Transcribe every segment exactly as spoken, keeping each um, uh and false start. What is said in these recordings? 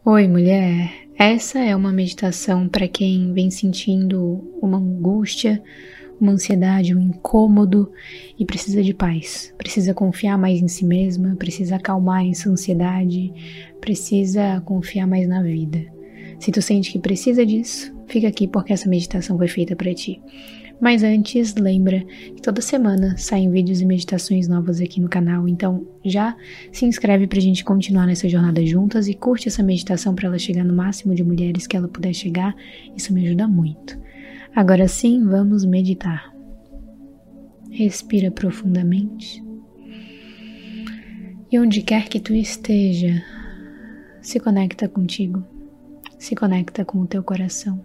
Oi, mulher. Essa é uma meditação para quem vem sentindo uma angústia, uma ansiedade, um incômodo e precisa de paz. Precisa confiar mais em si mesma, precisa acalmar essa ansiedade, precisa confiar mais na vida. Se tu sente que precisa disso, fica aqui porque essa meditação foi feita para ti. Mas antes, lembra que toda semana saem vídeos e meditações novas aqui no canal, então já se inscreve pra gente continuar nessa jornada juntas e curte essa meditação para ela chegar no máximo de mulheres que ela puder chegar, isso me ajuda muito. Agora sim, vamos meditar. Respira profundamente. E onde quer que tu esteja, se conecta contigo, se conecta com o teu coração.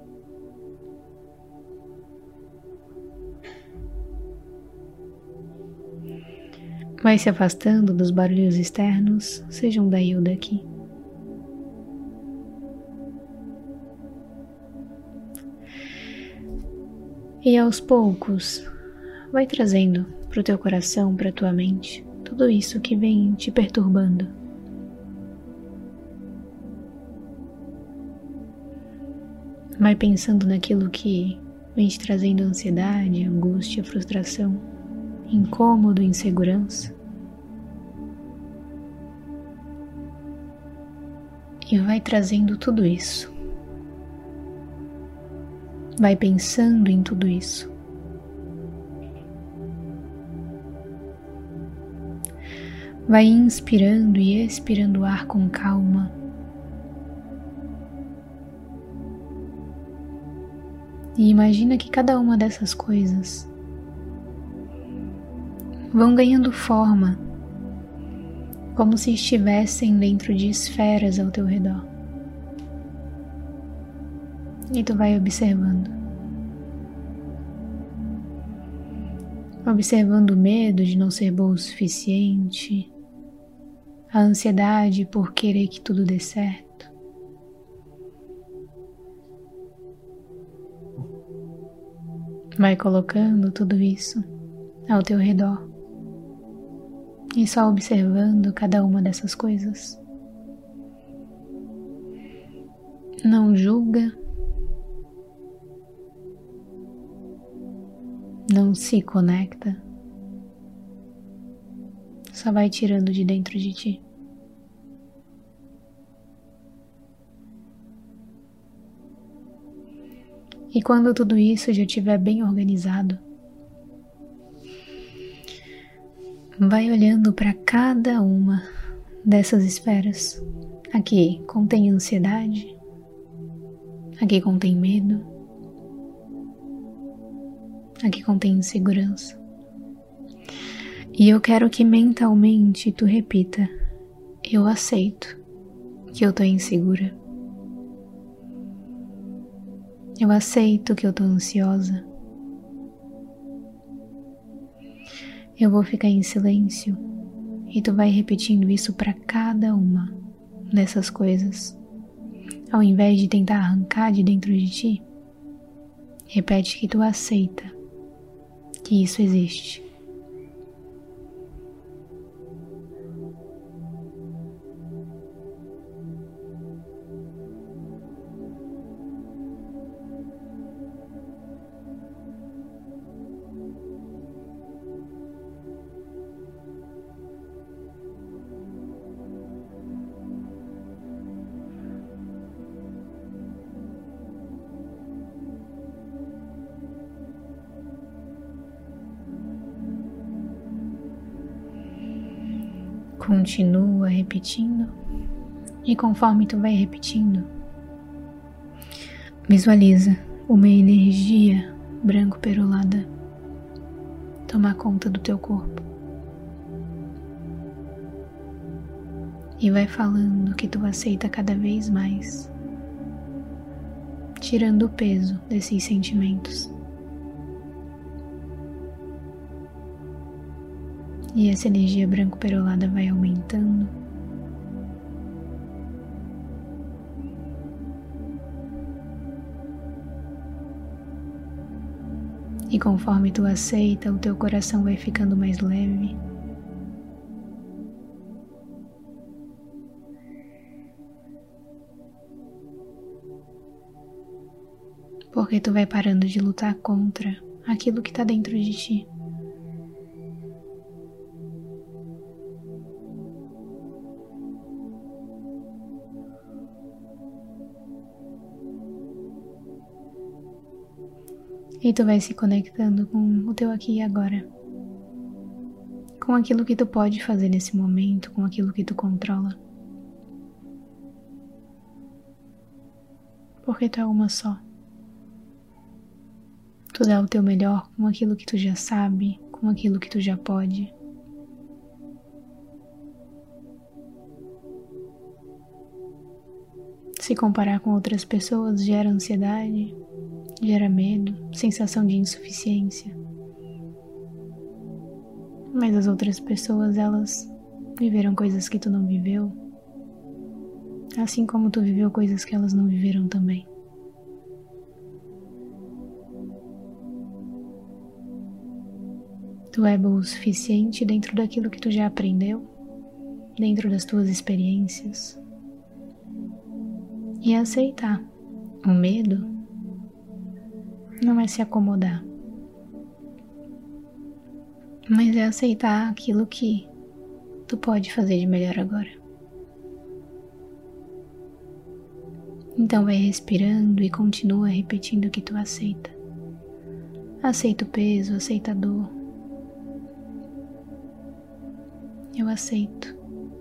Vai se afastando dos barulhos externos, sejam daí ou daqui. E aos poucos, vai trazendo para o teu coração, para a tua mente, tudo isso que vem te perturbando. Vai pensando naquilo que vem te trazendo ansiedade, angústia, frustração, incômodo, insegurança. E vai trazendo tudo isso. Vai pensando em tudo isso. Vai inspirando e expirando o ar com calma. E imagina que cada uma dessas coisas vão ganhando forma, como se estivessem dentro de esferas ao teu redor. E tu vai observando. Observando o medo de não ser bom o suficiente, a ansiedade por querer que tudo dê certo. Vai colocando tudo isso ao teu redor. E só observando cada uma dessas coisas. Não julga. Não se conecta. Só vai tirando de dentro de ti. E quando tudo isso já estiver bem organizado, vai olhando para cada uma dessas esferas. Aqui contém ansiedade, aqui contém medo, aqui contém insegurança. E eu quero que mentalmente tu repita: eu aceito que eu tô insegura. Eu aceito que eu tô ansiosa. Eu vou ficar em silêncio e tu vai repetindo isso para cada uma dessas coisas. Ao invés de tentar arrancar de dentro de ti, repete que tu aceita que isso existe. Continua repetindo, e conforme tu vai repetindo, visualiza uma energia branco perolada tomar conta do teu corpo. E vai falando que tu aceita cada vez mais, tirando o peso desses sentimentos. E essa energia branco perolada vai aumentando. E conforme tu aceita, o teu coração vai ficando mais leve. Porque tu vai parando de lutar contra aquilo que tá dentro de ti. E tu vai se conectando com o teu aqui e agora. Com aquilo que tu pode fazer nesse momento, com aquilo que tu controla. Porque tu é uma só. Tu dá o teu melhor com aquilo que tu já sabe, com aquilo que tu já pode. Se comparar com outras pessoas gera ansiedade, gera medo, sensação de insuficiência. Mas as outras pessoas, elas viveram coisas que tu não viveu, assim como tu viveu coisas que elas não viveram também. Tu é bom o suficiente dentro daquilo que tu já aprendeu, dentro das tuas experiências. E aceitar. O medo não é se acomodar, mas é aceitar aquilo que tu pode fazer de melhor agora. Então vai respirando e continua repetindo que tu aceita. Aceita o peso, aceita a dor. Eu aceito.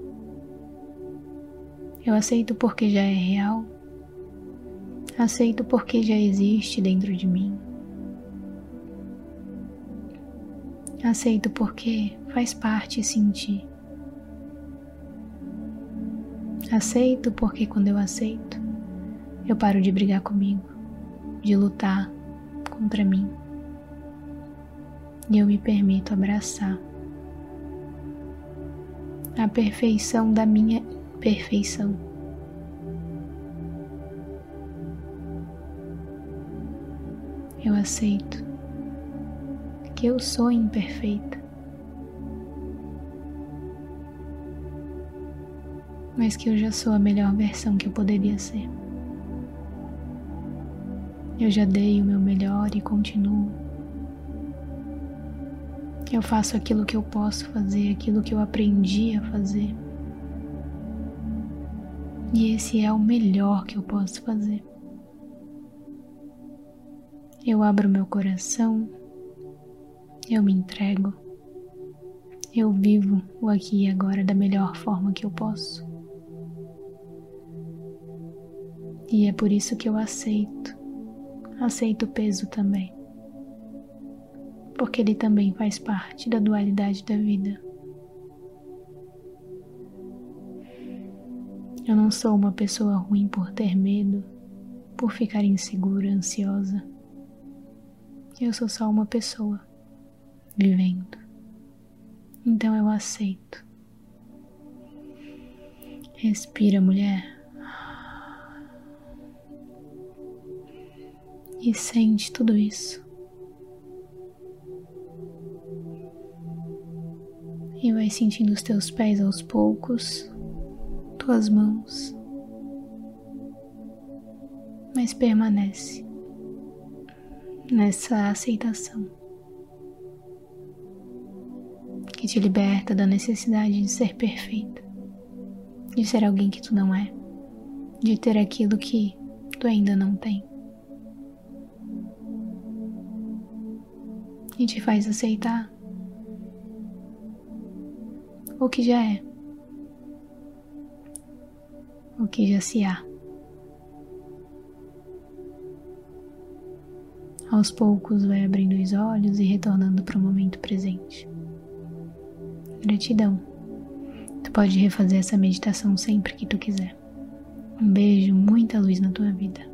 Eu aceito porque já é real. Aceito porque já existe dentro de mim. Aceito porque faz parte sentir. Aceito porque quando eu aceito, eu paro de brigar comigo, de lutar contra mim. E eu me permito abraçar a perfeição da minha imperfeição. Eu aceito que eu sou imperfeita, mas que eu já sou a melhor versão que eu poderia ser. Eu já dei o meu melhor e continuo. Eu faço aquilo que eu posso fazer, aquilo que eu aprendi a fazer. E esse é o melhor que eu posso fazer. Eu abro meu coração, eu me entrego, eu vivo o aqui e agora da melhor forma que eu posso. E é por isso que eu aceito, aceito o peso também, porque ele também faz parte da dualidade da vida. Eu não sou uma pessoa ruim por ter medo, por ficar insegura, ansiosa. Eu sou só uma pessoa, vivendo. Então eu aceito. Respira, mulher. E sente tudo isso. E vai sentindo os teus pés aos poucos, tuas mãos. Mas permanece nessa aceitação que te liberta da necessidade de ser perfeita, de ser alguém que tu não é, de ter aquilo que tu ainda não tem, e te faz aceitar o que já é, o que já se há. Aos poucos vai abrindo os olhos e retornando para o momento presente. Gratidão. Tu pode refazer essa meditação sempre que tu quiser. Um beijo, muita luz na tua vida.